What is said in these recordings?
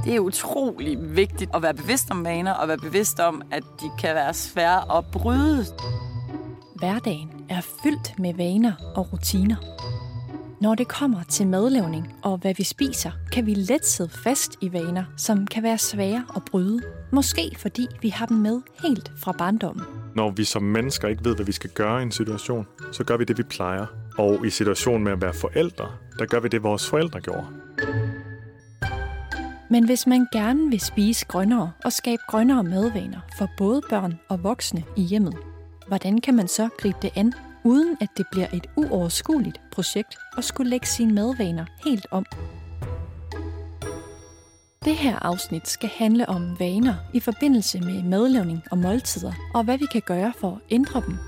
Det er utrolig vigtigt at være bevidst om vaner, og være bevidst om, at de kan være svære at bryde. Hverdagen er fyldt med vaner og rutiner. Når det kommer til madlavning og hvad vi spiser, kan vi let sidde fast i vaner, som kan være svære at bryde. Måske fordi vi har dem med helt fra barndommen. Når vi som mennesker ikke ved, hvad vi skal gøre i en situation, så gør vi det, vi plejer. Og i situationen med at være forældre, der gør vi det, vores forældre gjorde. Men hvis man gerne vil spise grønnere og skabe grønnere madvaner for både børn og voksne i hjemmet, hvordan kan man så gribe det an, uden at det bliver et uoverskueligt projekt at skulle lægge sine madvaner helt om? Det her afsnit skal handle om vaner i forbindelse med madlavning og måltider, og hvad vi kan gøre for at ændre dem.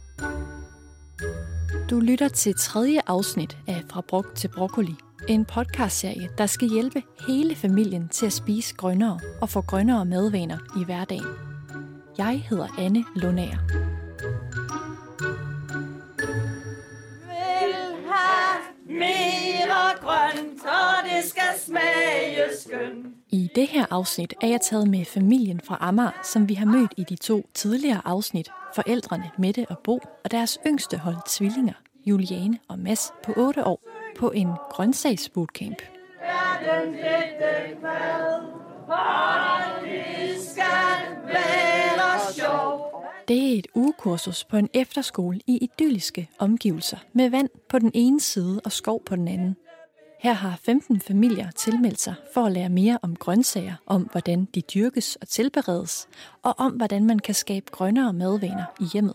Du lytter til 3. afsnit af Fra Brugt til Broccoli, en podcastserie, der skal hjælpe hele familien til at spise grønnere og få grønnere madvaner i hverdagen. Jeg hedder Anne Lundager. Mere grønt, og det skal smage skønt. I det her afsnit er jeg taget med familien fra Amager, som vi har mødt i de 2 tidligere afsnit. Forældrene Mette og Bo og deres yngste hold tvillinger, Juliane og Mads på 8 år, på en grøntsagsbootcamp. Det er et ugekursus på en efterskole i idylliske omgivelser med vand på den ene side og skov på den anden. Her har 15 familier tilmeldt sig for at lære mere om grøntsager, om hvordan de dyrkes og tilberedes, og om hvordan man kan skabe grønnere madvaner i hjemmet.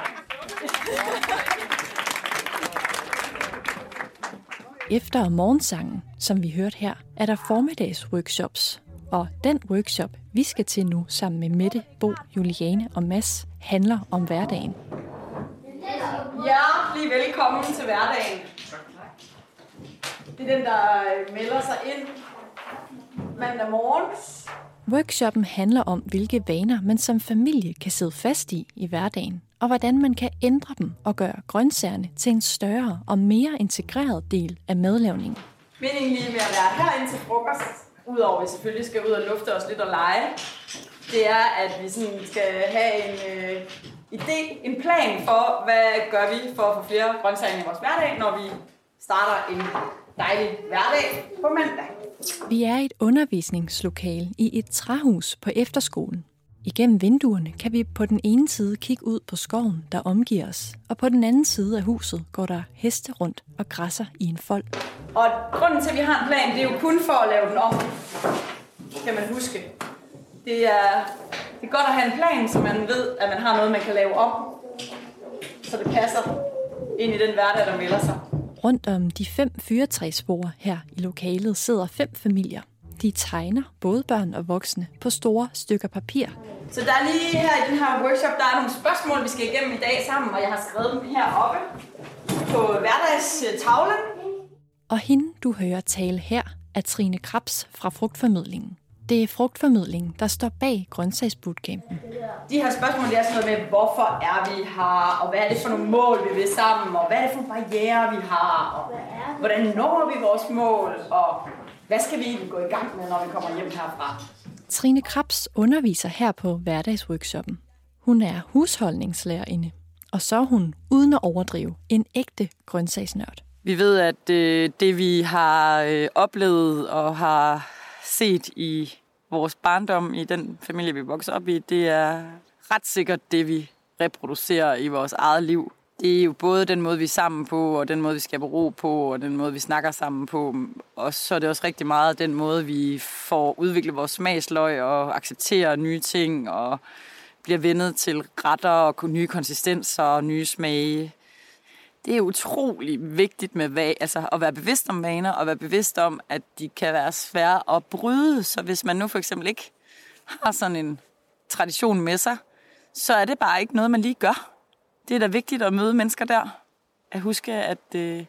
Efter morgensangen, som vi hørte her, er der formiddagsworkshops. Og den workshop, vi skal til nu sammen med Mette, Bo, Juliane og Mads, handler om hverdagen. Hjertelig velkommen til hverdagen. Det er den, der melder sig ind mandag morgen. Workshoppen handler om, hvilke vaner man som familie kan sidde fast i hverdagen, og hvordan man kan ændre dem og gøre grøntsagerne til en større og mere integreret del af madlavningen. Meningen lige med at være herinde til frokost, udover at vi selvfølgelig skal ud og lufte os lidt og lege, det er, at vi sådan skal have en idé, en plan for, hvad gør vi for at få flere grøntsager i vores hverdag, når vi starter en dejlig hverdag på mandag. Vi er i et undervisningslokale i et træhus på efterskolen. Igennem vinduerne kan vi på den ene side kigge ud på skoven, der omgiver os, og på den anden side af huset går der heste rundt og græsser i en fold. Og grunden til, at vi har en plan, det er jo kun for at lave den om, kan man huske. Det er godt at have en plan, så man ved, at man har noget, man kan lave om, så det passer ind i den hverdag, der melder sig. Rundt om de 5 fyrretræsborde her i lokalet sidder 5 familier. De tegner, både børn og voksne, på store stykker papir. Så der er lige her i den her workshop, der er nogle spørgsmål, vi skal igennem i dag sammen, og jeg har skrevet dem heroppe på hverdagstavlen. Og hende, du hører tale her, er Trine Krabs fra Frugtformidlingen. Det er Frugtformidlingen, der står bag grøntsagsbootcampen. De her spørgsmål, det er sådan noget med, hvorfor er vi her, og hvad er det for nogle mål, vi vil sammen, og hvad er det for nogle barrierer, vi har, og hvordan når vi vores mål, og hvad skal vi egentlig gå i gang med, når vi kommer hjem herfra? Trine Krabs underviser her på hverdagsworkshoppen. Hun er husholdningslærerinde, og så er hun, uden at overdrive, en ægte grøntsagsnørd. Vi ved, at det vi har oplevet og har set i vores barndom, i den familie, vi vokser op i, det er ret sikkert det, vi reproducerer i vores eget liv. Det er jo både den måde, vi er sammen på, og den måde, vi skaber ro på, og den måde, vi snakker sammen på. Og så er det også rigtig meget den måde, vi får udviklet vores smagsløg og accepterer nye ting, og bliver vendet til retter og nye konsistenser og nye smage. Det er utrolig vigtigt med at være bevidst om vaner, og være bevidst om, at de kan være svære at bryde. Så hvis man nu for eksempel ikke har sådan en tradition med sig, så er det bare ikke noget, man lige gør. Det er da vigtigt at møde mennesker der. At huske, at det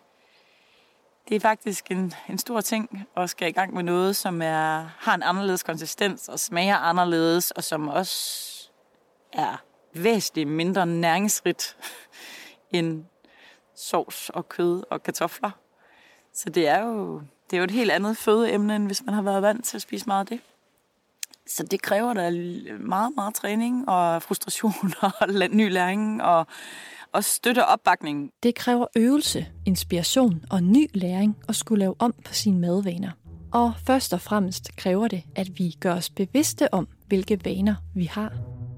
er faktisk en stor ting at skal i gang med noget, som har en anderledes konsistens og smager anderledes, og som også er væsentligt mindre næringsrigt end sovs og kød og kartofler. Så det er jo Det er jo et helt andet fødeemne, end hvis man har været vant til at spise meget af det. Så det kræver da meget, meget træning og frustration og ny læring og støtte og opbakning. Det kræver øvelse, inspiration og ny læring at skulle lave om på sine madvaner. Og først og fremmest kræver det, at vi gør os bevidste om, hvilke vaner vi har.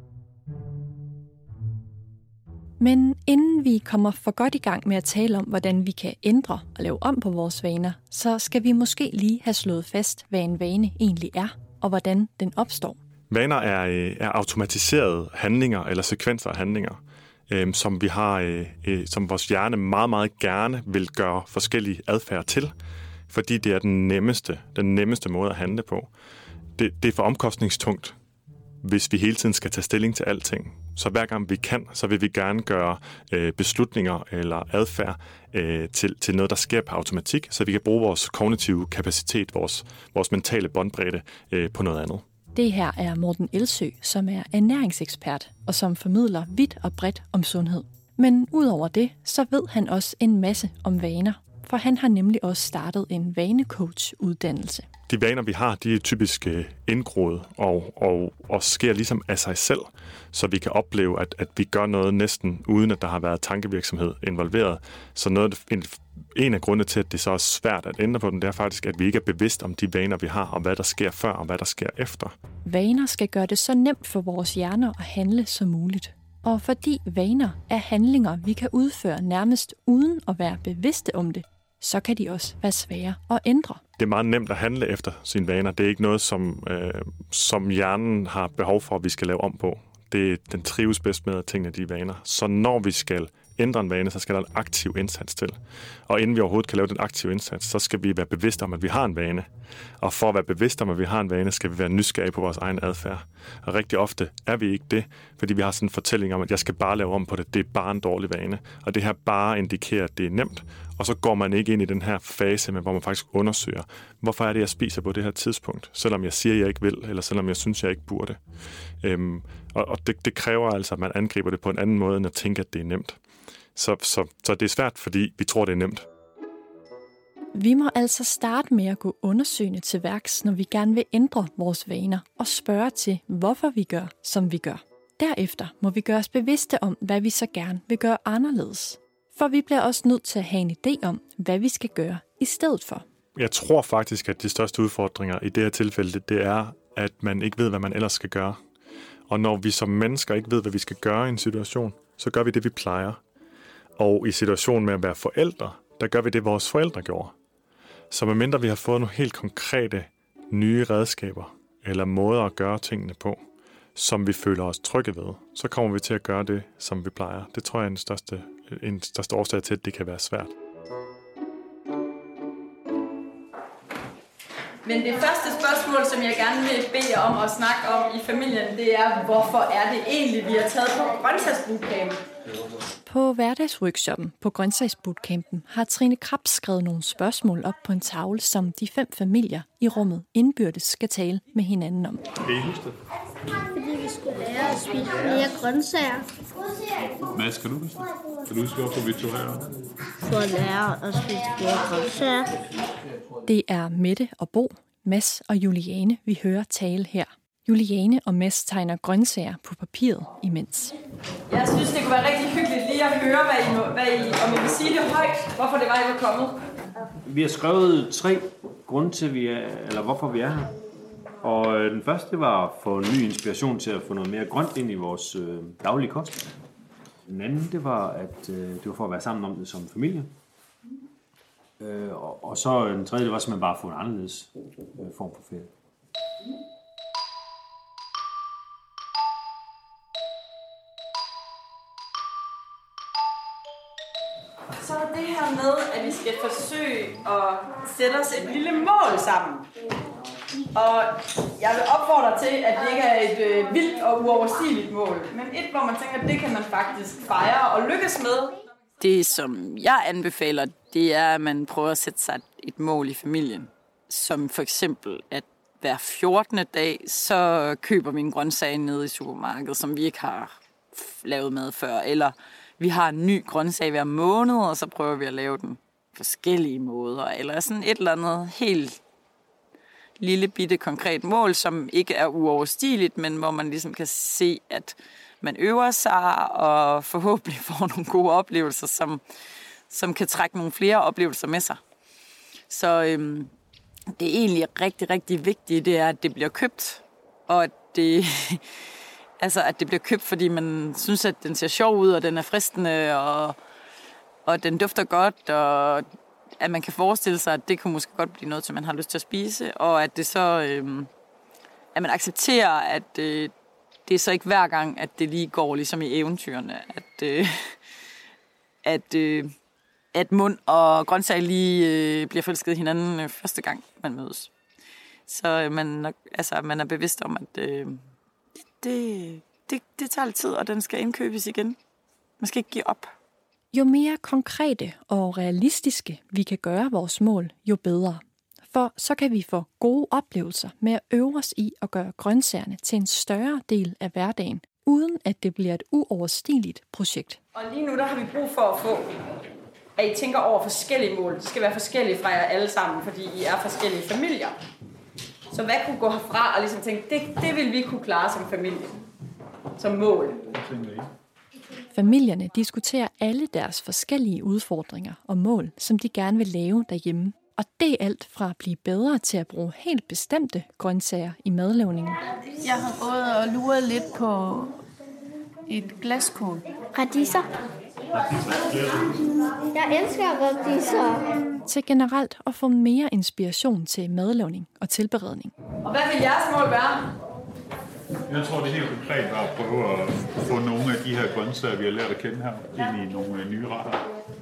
Men inden vi kommer for godt i gang med at tale om, hvordan vi kan ændre og lave om på vores vaner, så skal vi måske lige have slået fast, hvad en vane egentlig er, og hvordan den opstår. Vaner er automatiserede handlinger eller sekvenser af handlinger, som vi har, som vores hjerne meget, meget gerne vil gøre forskellige adfærd til, fordi det er den nemmeste måde at handle på. Det er for omkostningstungt, hvis vi hele tiden skal tage stilling til alting. Så hver gang vi kan, så vil vi gerne gøre beslutninger eller adfærd til noget, der sker på automatik, så vi kan bruge vores kognitive kapacitet, vores mentale båndbredde på noget andet. Det her er Morten Elsø, som er ernæringsekspert og som formidler vidt og bredt om sundhed. Men udover det, så ved han også en masse om vaner, for han har nemlig også startet en vanecoach-uddannelse. De vaner, vi har, de er typisk indgroet og sker ligesom af sig selv, så vi kan opleve, at vi gør noget næsten uden, at der har været tankevirksomhed involveret. Så en af grundene til, at det så er svært at ændre på den, det er faktisk, at vi ikke er bevidst om de vaner, vi har, og hvad der sker før, og hvad der sker efter. Vaner skal gøre det så nemt for vores hjerner at handle som muligt. Og fordi vaner er handlinger, vi kan udføre nærmest uden at være bevidste om det, så kan de også være svære at ændre. Det er meget nemt at handle efter sine vaner. Det er ikke noget, som hjernen har behov for, at vi skal lave om på. Den trives bedst med at tænke de vaner. Så når vi skal ændre en vane, så skal der en aktiv indsats til. Og inden vi overhovedet kan lave den aktive indsats, så skal vi være bevidste om, at vi har en vane. Og for at være bevidste om, at vi har en vane, skal vi være nysgerrige på vores egen adfærd. Og rigtig ofte er vi ikke det, fordi vi har sådan en fortælling om, at jeg skal bare lave om på det. Det er bare en dårlig vane. Og det her bare indikerer, at det er nemt. Og så går man ikke ind i den her fase, hvor man faktisk undersøger, hvorfor er det, jeg spiser på det her tidspunkt, selvom jeg siger, jeg ikke vil, eller selvom jeg synes, jeg ikke burde. Og det kræver altså, at man angriber det på en anden måde, end at tænke, at det er nemt. Så det er svært, fordi vi tror, det er nemt. Vi må altså starte med at gå undersøgende til værks, når vi gerne vil ændre vores vaner, og spørge til, hvorfor vi gør, som vi gør. Derefter må vi gøre os bevidste om, hvad vi så gerne vil gøre anderledes. For vi bliver også nødt til at have en idé om, hvad vi skal gøre i stedet for. Jeg tror faktisk, at de største udfordringer i det her tilfælde, det er, at man ikke ved, hvad man ellers skal gøre. Og når vi som mennesker ikke ved, hvad vi skal gøre i en situation, så gør vi det, vi plejer. Og i situationen med at være forældre, der gør vi det, vores forældre gjorde. Så medmindre vi har fået nogle helt konkrete nye redskaber, eller måder at gøre tingene på, som vi føler os trygge ved, så kommer vi til at gøre det, som vi plejer. Det tror jeg er en største årsag til, at det kan være svært. Men det første spørgsmål, som jeg gerne vil bede jer om at snakke om i familien, det er, hvorfor er det egentlig, vi har taget på grøntsagsbootcamp? På hverdagsworkshoppen på grøntsagsbootcampen har Trine Krabs skrevet nogle spørgsmål op på en tavle, som de 5 familier i rummet indbyrdes skal tale med hinanden om. Fordi vi skulle lære at spise flere grøntsager. Hvad skal du huske? Kan du huske, hvorfor vi tog her? For at lære at spise flere grøntsager. Det er Mette og Bo, Mads og Juliane, vi hører tale her. Juliane og Mads tegner grøntsager på papiret imens. Jeg synes, det kunne være rigtig hyggeligt lige at høre, om I vil sige det højt, hvorfor det var, I var kommet. Vi har skrevet 3 grunde til, hvorfor vi er her. Og den første var at få ny inspiration til at få noget mere grønt ind i vores daglige kost. Den anden, det var, at det var for at være sammen om det som familie. Og så den tredje, det var simpelthen bare at få en anderledes form for ferie. Så er det her med, at vi skal forsøge at sætte os et lille mål sammen. Og jeg vil opfordre til, at det ikke er et vildt og uoverstigeligt mål, men et, hvor man tænker, at det kan man faktisk fejre og lykkes med. Det, som jeg anbefaler, det er, at man prøver at sætte sig et mål i familien. Som for eksempel, at hver 14. dag, så køber vi en grøntsag nede i supermarkedet, som vi ikke har lavet mad før. Eller vi har en ny grøntsag hver måned, og så prøver vi at lave den forskellige måder, eller sådan et eller andet helt lille bitte konkret mål, som ikke er uoverstigeligt, men hvor man ligesom kan se, at man øver sig og forhåbentlig får nogle gode oplevelser, som kan trække nogle flere oplevelser med sig. Så det er egentlig rigtig, rigtig vigtigt, det er, at det bliver købt, og at det, at det bliver købt, fordi man synes, at den ser sjov ud, og den er fristende, og den dufter godt, og at man kan forestille sig, at det kunne måske godt blive noget, som man har lyst til at spise, og at det så, at man accepterer, at det er så ikke hver gang, at det lige går ligesom i eventyrene, at mund og grøntsager lige bliver forelsket i hinanden første gang, man mødes. Så man er bevidst om, at det tager lidt tid, og den skal indkøbes igen. Man skal ikke give op. Jo mere konkrete og realistiske vi kan gøre vores mål, jo bedre. For så kan vi få gode oplevelser med at øve os i at gøre grøntsagerne til en større del af hverdagen, uden at det bliver et uoverstigeligt projekt. Og lige nu der har vi brug for at få, at I tænker over forskellige mål. De skal være forskellige fra jer alle sammen, fordi I er forskellige familier. Så hvad kunne gå herfra og ligesom tænke, det vil vi kunne klare som familie, som mål? Familierne diskuterer alle deres forskellige udfordringer og mål, som de gerne vil lave derhjemme. Og det er alt fra at blive bedre til at bruge helt bestemte grøntsager i madlavningen. Jeg har gået og luret lidt på et glaskål. Radiser. Jeg elsker radiser. Til generelt at få mere inspiration til madlavning og tilberedning. Og hvad vil jeres mål være? Jeg tror, det er helt konkret var at prøve at få nogle af de her grøntsager, vi har lært at kende her, ind i nogle nye retter.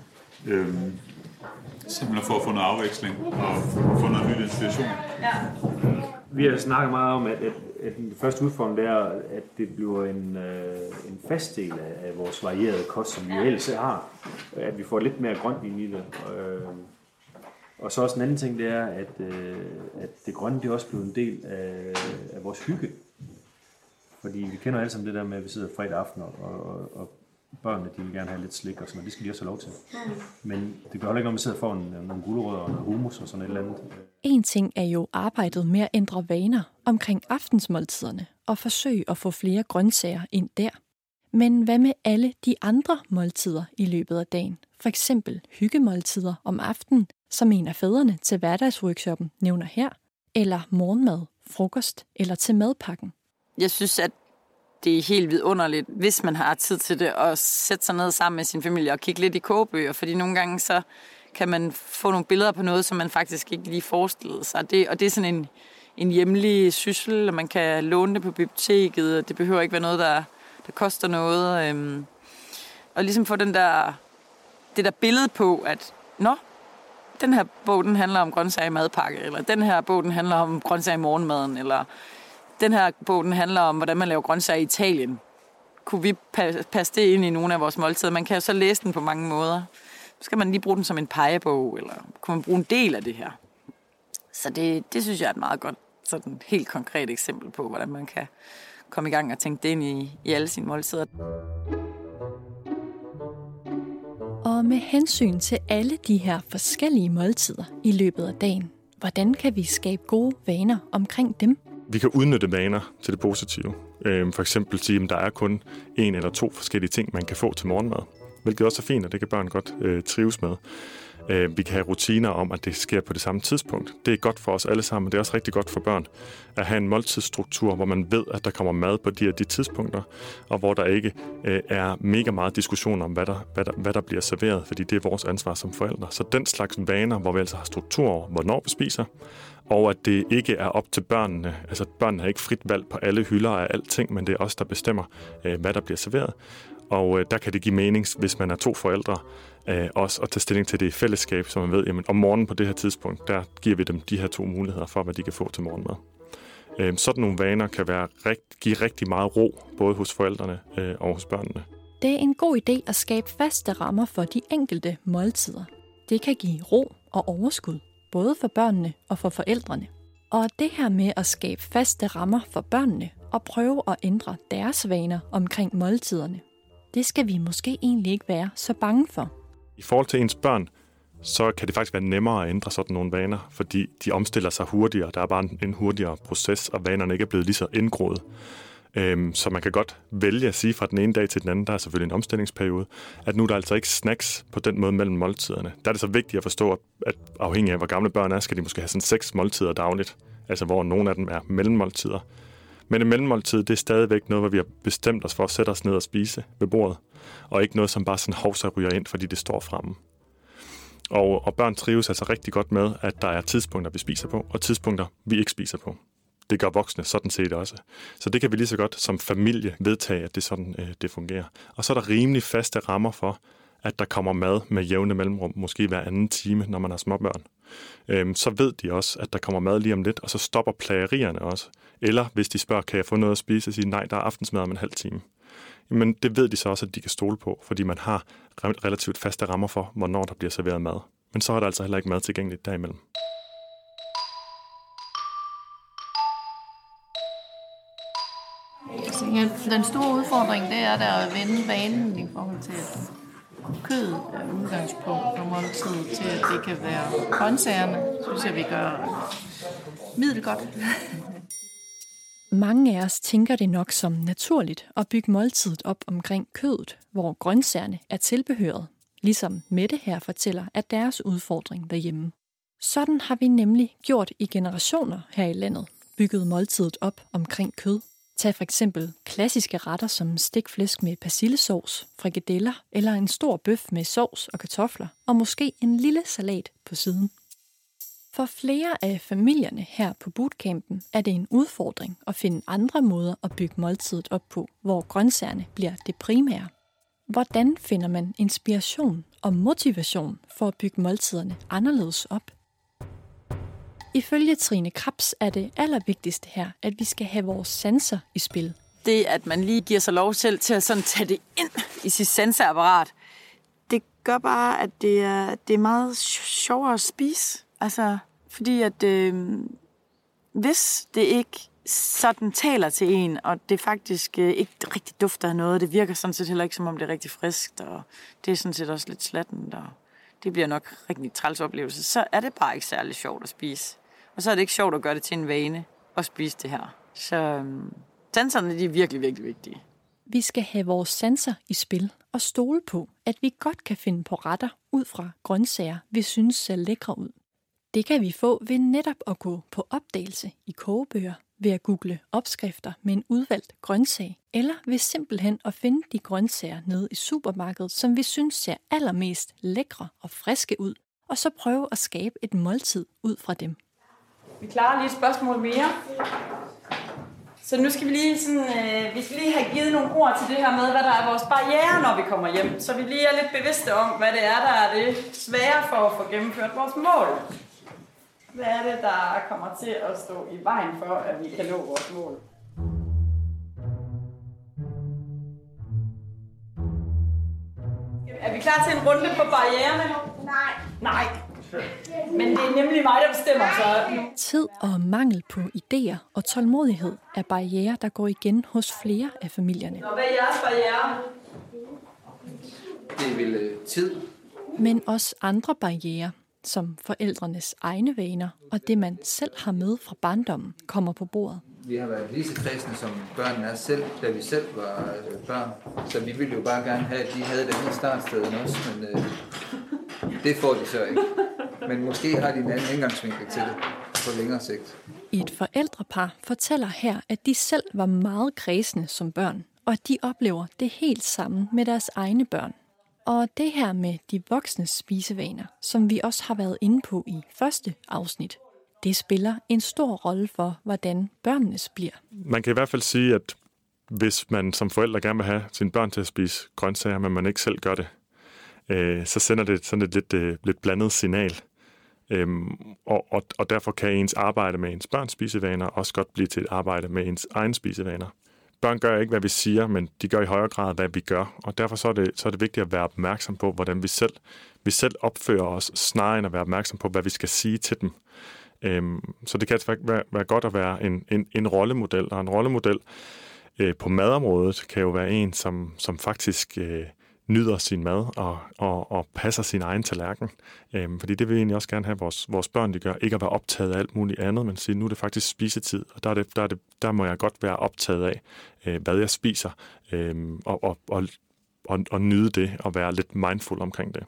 Simpelthen for at få noget afveksling og få noget nyt inspiration. Ja. Vi har snakket meget om, at den første udfordring er, at det bliver en fast del af vores varierede kost, som vi ellers har. At vi får lidt mere grønt ind i det. Og så også en anden ting, det er, at det grønne det også bliver en del af vores hygge. Fordi vi kender alle sammen det der med, at vi sidder fredag aften, og børnene de vil gerne have lidt slik og sådan noget. Det skal de også have lov til. Men det gør heller ikke, om vi sidder for nogle gulerødder og noget hummus og sådan et eller andet. En ting er jo arbejdet med at ændre vaner omkring aftensmåltiderne og forsøge at få flere grøntsager ind der. Men hvad med alle de andre måltider i løbet af dagen? For eksempel hyggemåltider om aftenen, som en af fædrene til hverdagsworkshoppen nævner her, eller morgenmad, frokost eller til madpakken. Jeg synes, at det er helt vidunderligt, hvis man har tid til det, at sætte sig ned sammen med sin familie og kigge lidt i kogebøger, fordi nogle gange så kan man få nogle billeder på noget, som man faktisk ikke lige forestillede sig. Og det er sådan en hjemlig syssel, og man kan låne det på biblioteket, og det behøver ikke være noget, der koster noget. Og ligesom få det der billede på, at den her bog, den handler om grøntsager i madpakke, eller den her bog, den handler om grøntsager i morgenmaden, eller den her bog, den handler om, hvordan man laver grøntsager i Italien. Kunne vi passe det ind i nogle af vores måltider? Man kan jo så læse den på mange måder. Så skal man lige bruge den som en pejebog, eller kunne man bruge en del af det her? Så det synes jeg er et meget godt, sådan helt konkret eksempel på, hvordan man kan komme i gang og tænke det ind i alle sine måltider. Og med hensyn til alle de her forskellige måltider i løbet af dagen, hvordan kan vi skabe gode vaner omkring dem? Vi kan udnytte vaner til det positive. For eksempel sige, at der er kun 1 eller 2 forskellige ting, man kan få til morgenmad. Hvilket også er fint, og det kan børn godt trives med. Vi kan have rutiner om, at det sker på det samme tidspunkt. Det er godt for os alle sammen, og det er også rigtig godt for børn at have en måltidsstruktur, hvor man ved, at der kommer mad på de tidspunkter, og hvor der ikke er mega meget diskussion om, hvad der bliver serveret, fordi det er vores ansvar som forældre. Så den slags vaner, hvor vi altså har struktur over, hvornår vi spiser, og at det ikke er op til børnene. Altså, børnene har ikke frit valg på alle hylder af alting, men det er os, der bestemmer, hvad der bliver serveret. Og der kan det give mening, hvis man er 2 forældre, også at tage stilling til det i fællesskab, så man ved, jamen om morgenen på det her tidspunkt, der giver vi dem de her 2 muligheder for, hvad de kan få til morgenmad. Sådan nogle vaner kan give rigtig meget ro, både hos forældrene og hos børnene. Det er en god idé at skabe faste rammer for de enkelte måltider. Det kan give ro og overskud, både for børnene og for forældrene. Og det her med at skabe faste rammer for børnene og prøve at ændre deres vaner omkring måltiderne, det skal vi måske egentlig ikke være så bange for. I forhold til ens børn, så kan det faktisk være nemmere at ændre sådan nogle vaner, fordi de omstiller sig hurtigere. Der er bare en hurtigere proces, og vanerne ikke er blevet lige så indgroet. Så man kan godt vælge at sige fra den ene dag til den anden, der er selvfølgelig en omstillingsperiode, at nu er der altså ikke snacks på den måde mellem måltiderne. Der er det så vigtigt at forstå, at afhængig af hvor gamle børn er, skal de måske have sådan 6 måltider dagligt, altså hvor nogle af dem er mellemmåltider. Men en mellemmåltid, det er stadigvæk noget, hvor vi har bestemt os for at sætte os ned og spise ved bordet, og ikke noget, som bare sådan hovser ryger ind, fordi det står fremme. Og børn trives altså rigtig godt med, at der er tidspunkter, vi spiser på, og tidspunkter, vi ikke spiser på. Det gør voksne sådan set også. Så det kan vi lige så godt som familie vedtage, at det er sådan, det fungerer. Og så er der rimelig faste rammer for, at der kommer mad med jævne mellemrum, måske hver anden time, når man har småbørn. Så ved de også, at der kommer mad lige om lidt, og så stopper plagerierne også. Eller hvis de spørger, kan jeg få noget at spise, og sige, nej, der er aftensmad om en halv time. Men det ved de så også, at de kan stole på, fordi man har relativt faste rammer for, hvornår der bliver serveret mad. Men så er der altså heller ikke mad tilgængeligt derimellem. Den store udfordring, det er der at vende vanen i forhold til, at kød er udgangspunkt for måltid, til at det kan være grøntsagerne, synes jeg, vi gør middelgodt. Mange af os tænker det nok som naturligt at bygge måltidet op omkring kødet, hvor grøntsagerne er tilbehøret, ligesom Mette her fortæller, at deres udfordring derhjemme. Sådan har vi nemlig gjort i generationer her i landet, bygget måltidet op omkring kød. Tag for eksempel klassiske retter som stikflæsk med persillesauce, frikadeller eller en stor bøf med sovs og kartofler, og måske en lille salat på siden. For flere af familierne her på bootcampen er det en udfordring at finde andre måder at bygge måltidet op på, hvor grøntsagerne bliver det primære. Hvordan finder man inspiration og motivation for at bygge måltiderne anderledes op? Ifølge Trine Krebs er det allervigtigste her, at vi skal have vores sanser i spil. Det, at man lige giver sig lov selv til at sådan tage det ind i sit sanseapparat, det gør bare, at det er meget sjovere at spise. Altså, fordi at hvis det ikke sådan taler til en, og det faktisk ikke rigtig dufter af noget, det virker sådan set heller ikke, som om det er rigtig friskt, og det er sådan set også lidt slattent, og det bliver nok rigtig træls oplevelse, så er det bare ikke særlig sjovt at spise. Og så er det ikke sjovt at gøre det til en vane at spise det her. Så sanserne, de er virkelig, virkelig vigtige. Vi skal have vores sanser i spil og stole på, at vi godt kan finde på retter ud fra grøntsager, vi synes ser lækre ud. Det kan vi få ved netop at gå på opdagelse i kogebøger, ved at google opskrifter med en udvalgt grøntsag, eller ved simpelthen at finde de grøntsager nede i supermarkedet, som vi synes ser allermest lækre og friske ud, og så prøve at skabe et måltid ud fra dem. Vi klarer lige et spørgsmål mere. Så nu skal vi lige have givet nogle ord til det her med, hvad der er vores barriere, når vi kommer hjem. Så vi lige er lidt bevidste om, hvad det er, der er det svære for at få gennemført vores mål. Hvad er det, der kommer til at stå i vejen for, at vi kan nå vores mål? Er vi klar til en runde på barriererne? Nej. Men det er nemlig mig, der bestemmer så. Tid og mangel på idéer og tålmodighed er barrierer, der går igen hos flere af familierne. Hvad er jeres barriere? Det er vel tid. Men også andre barrierer, som forældrenes egne vaner og det, man selv har med fra barndommen, kommer på bordet. Vi har været lige så kristne, som børnene er selv, da vi selv var børn. Så vi ville jo bare gerne have, at de havde det hele startstedet også, men det får de så ikke. Men måske har de en anden indgangsvinkel til det på længere sigt. Et forældrepar fortæller her, at de selv var meget kredsende som børn, og at de oplever det helt samme med deres egne børn. Og det her med de voksnes spisevaner, som vi også har været inde på i første afsnit, det spiller en stor rolle for, hvordan børnenes bliver. Man kan i hvert fald sige, at hvis man som forældre gerne vil have sine børn til at spise grøntsager, men man ikke selv gør det, så sender det sådan et lidt blandet signal. Og derfor kan ens arbejde med ens børns spisevaner også godt blive til et arbejde med ens egen spisevaner. Børn gør ikke, hvad vi siger, men de gør i højere grad, hvad vi gør. Og derfor så er det vigtigt at være opmærksom på, hvordan vi selv opfører os, snarere end at være opmærksom på, hvad vi skal sige til dem. Så det kan altså være godt at være en rollemodel. Og en rollemodel på madområdet kan jo være en, som faktisk nyder sin mad og passer sin egen tallerken. Fordi det vil vi egentlig også gerne have vores børn, de gør. Ikke at være optaget af alt muligt andet, men sige, nu er det faktisk spisetid, og der må jeg godt være optaget af, hvad jeg spiser, og nyde det, og være lidt mindful omkring det.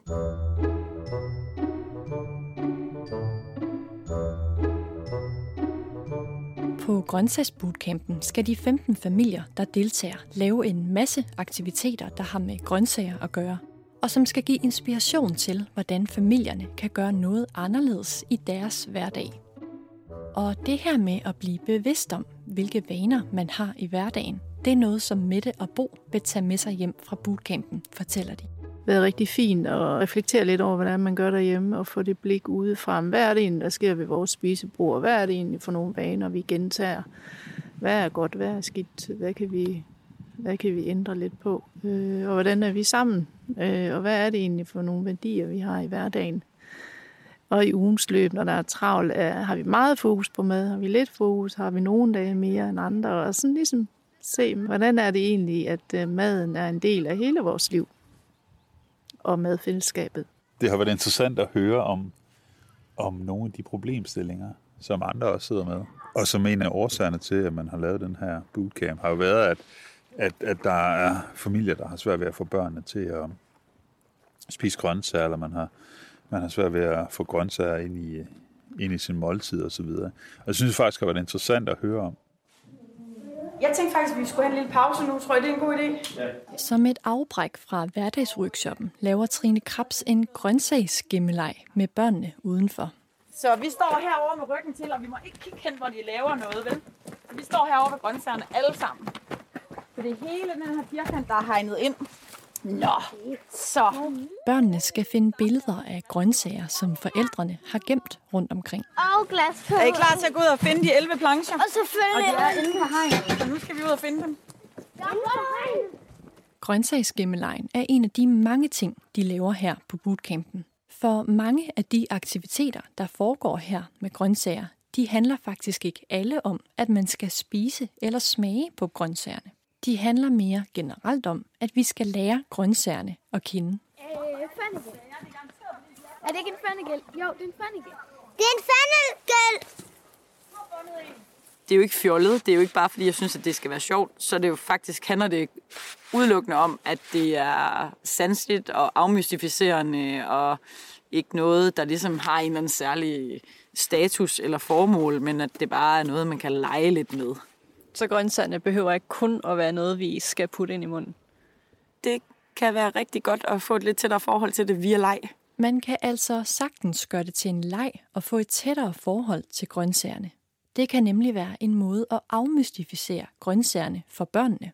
På grøntsagsbootcampen skal de 15 familier, der deltager, lave en masse aktiviteter, der har med grøntsager at gøre, og som skal give inspiration til, hvordan familierne kan gøre noget anderledes i deres hverdag. Og det her med at blive bevidst om, hvilke vaner man har i hverdagen, det er noget, som Mette og Bo vil tage med sig hjem fra bootcampen, fortæller de. Det har været rigtig fint at reflektere lidt over, hvordan man gør derhjemme, og få det blik udefra. Hvad er det egentlig, der sker ved vores spisebord? Hvad er det egentlig for nogle vaner, vi gentager? Hvad er godt, hvad er skidt? Hvad kan vi ændre lidt på? Og hvordan er vi sammen? Og hvad er det egentlig for nogle værdier, vi har i hverdagen? Og i ugens løb, når der er travlt, har vi meget fokus på mad? Har vi lidt fokus? Har vi nogle dage mere end andre? Og sådan ligesom se, hvordan er det egentlig, at maden er en del af hele vores liv? Og madfællesskabet. Det har været interessant at høre om nogle af de problemstillinger, som andre også sidder med. Og som en af årsagerne til, at man har lavet den her bootcamp, har jo været, at der er familier, der har svært ved at få børnene til at spise grøntsager, eller man har svært ved at få grøntsager ind i sin måltid og så videre. Og jeg synes faktisk, det har været interessant at høre om. Jeg tænkte faktisk, at vi skulle have en lille pause nu. Tror I, det er en god idé? Ja. Som et afbræk fra hverdagsworkshoppen laver Trine Krabs en grøntsagsgemmeleg med børnene udenfor. Så vi står herovre med ryggen til, og vi må ikke kigge hen, hvor de laver noget, vel? Vi står herovre ved grøntsagerne alle sammen. Så det er hele den her firkant, der er hegnet ind. Nå, så. Børnene skal finde billeder af grøntsager, som forældrene har gemt rundt omkring. Og glas. Er I klar til at gå ud og finde de 11 plancher? Og selvfølgelig. Og de er inde på hegnet, så nu skal vi ud og finde dem. Grøntsagsgemmelejen er en af de mange ting, de laver her på bootcampen. For mange af de aktiviteter, der foregår her med grøntsager, de handler faktisk ikke alle om, at man skal spise eller smage på grøntsagerne. De handler mere generelt om, at vi skal lære grøntsagerne at kende. Fannegel. Er det ikke en fannegel? Jo, det er en fannegel. Det er en fannegel! Det er jo ikke fjollet. Det er jo ikke bare, fordi jeg synes, at det skal være sjovt. Så det jo faktisk handler det udelukkende om, at det er sanseligt og afmystificerende og ikke noget, der ligesom har en eller anden særlig status eller formål, men at det bare er noget, man kan lege lidt med. Så grøntsagerne behøver ikke kun at være noget, vi skal putte ind i munden? Det kan være rigtig godt at få et lidt tættere forhold til det via leg. Man kan altså sagtens gøre det til en leg og få et tættere forhold til grøntsagerne. Det kan nemlig være en måde at afmystificere grøntsagerne for børnene.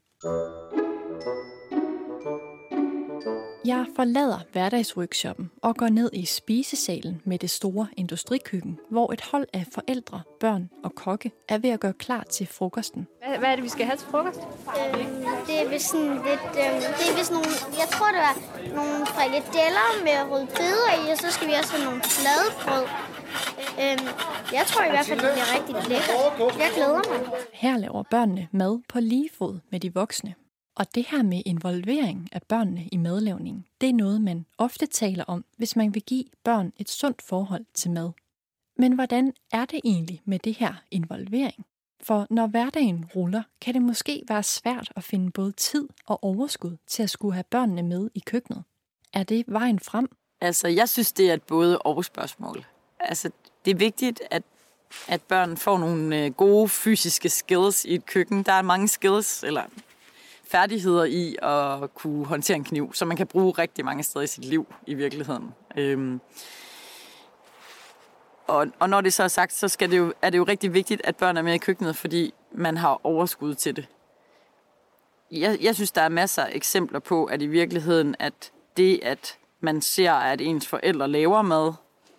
Jeg forlader hverdagsworkshoppen og går ned i spisesalen med det store industrikøkken, hvor et hold af forældre, børn og kokke er ved at gøre klar til frokosten. Hvad er det, vi skal have til frokost? Det er vist sådan lidt... det er vist nogle... Jeg tror, det var nogle frikadeller med rødbeder i, og så skal vi også have nogle fladbrød. Jeg tror i hvert fald, det bliver rigtig lækkert. Jeg glæder mig. Her laver børnene mad på lige fod med de voksne. Og det her med involvering af børnene i madlavningen, det er noget, man ofte taler om, hvis man vil give børn et sundt forhold til mad. Men hvordan er det egentlig med det her involvering? For når hverdagen ruller, kan det måske være svært at finde både tid og overskud til at skulle have børnene med i køkkenet. Er det vejen frem? Altså, jeg synes, det er et både og spørgsmål. Altså, det er vigtigt, at børn får nogle gode fysiske skills i et køkken. Der er mange skills, eller færdigheder i at kunne håndtere en kniv, som man kan bruge rigtig mange steder i sit liv i virkeligheden. Og når det så er sagt, så er det jo rigtig vigtigt, at børn er med i køkkenet, fordi man har overskud til det. Jeg synes, der er masser af eksempler på, at i virkeligheden, at det, at man ser, at ens forældre laver mad,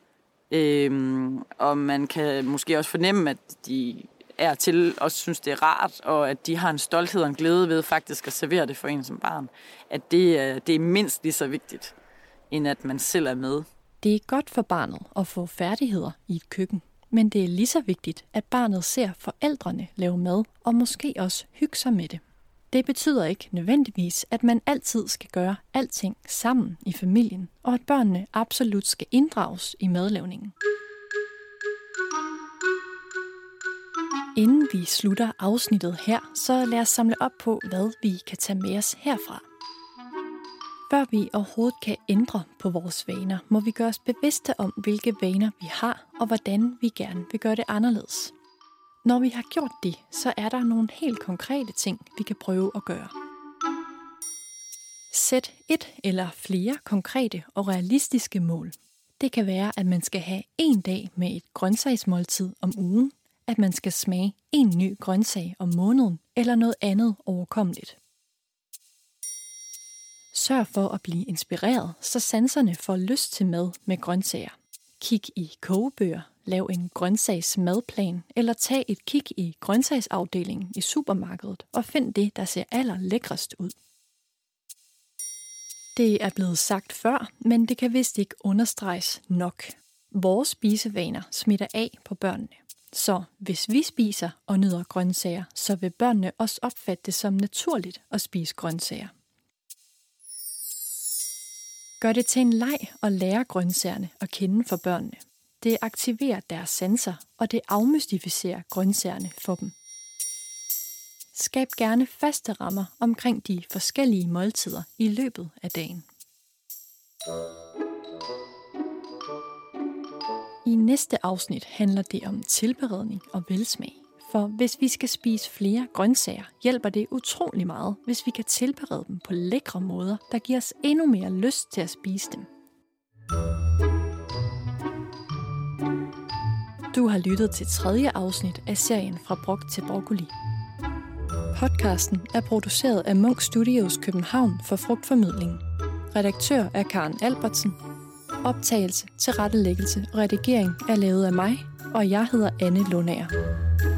og man kan måske også fornemme, at de er til og synes, det er rart, og at de har en stolthed og en glæde ved faktisk at servere det for en som barn. At det er mindst lige så vigtigt, end at man selv er med. Det er godt for barnet at få færdigheder i et køkken, men det er lige så vigtigt, at barnet ser forældrene lave mad, og måske også hygge sig med det. Det betyder ikke nødvendigvis, at man altid skal gøre alting sammen i familien, og at børnene absolut skal inddrages i madlavningen. Inden vi slutter afsnittet her, så lad os samle op på, hvad vi kan tage med os herfra. Før vi overhovedet kan ændre på vores vaner, må vi gøre os bevidste om, hvilke vaner vi har, og hvordan vi gerne vil gøre det anderledes. Når vi har gjort det, så er der nogle helt konkrete ting, vi kan prøve at gøre. Sæt et eller flere konkrete og realistiske mål. Det kan være, at man skal have 1 dag med et grøntsagsmåltid om ugen, at man skal smage 1 ny grøntsag om måneden, eller noget andet overkommeligt. Sørg for at blive inspireret, så sanserne får lyst til mad med grøntsager. Kig i kogebøger, lav en grøntsagsmadplan, eller tag et kig i grøntsagsafdelingen i supermarkedet og find det, der ser allerlækrest ud. Det er blevet sagt før, men det kan vist ikke understreges nok. Vores spisevaner smitter af på børnene. Så hvis vi spiser og nyder grøntsager, så vil børnene også opfatte det som naturligt at spise grøntsager. Gør det til en leg at lære grøntsagerne at kende for børnene. Det aktiverer deres sanser, og det afmystificerer grøntsagerne for dem. Skab gerne faste rammer omkring de forskellige måltider i løbet af dagen. I næste afsnit handler det om tilberedning og velsmag. For hvis vi skal spise flere grøntsager, hjælper det utrolig meget, hvis vi kan tilberede dem på lækre måder, der giver os endnu mere lyst til at spise dem. Du har lyttet til 3. afsnit af serien Fra brugt til broccoli. Podcasten er produceret af Munch Studios København for Frugtformidling. Redaktør er Karen Albertsen. Optagelse, tilrettelæggelse og redigering er lavet af mig, og jeg hedder Anne Lundager.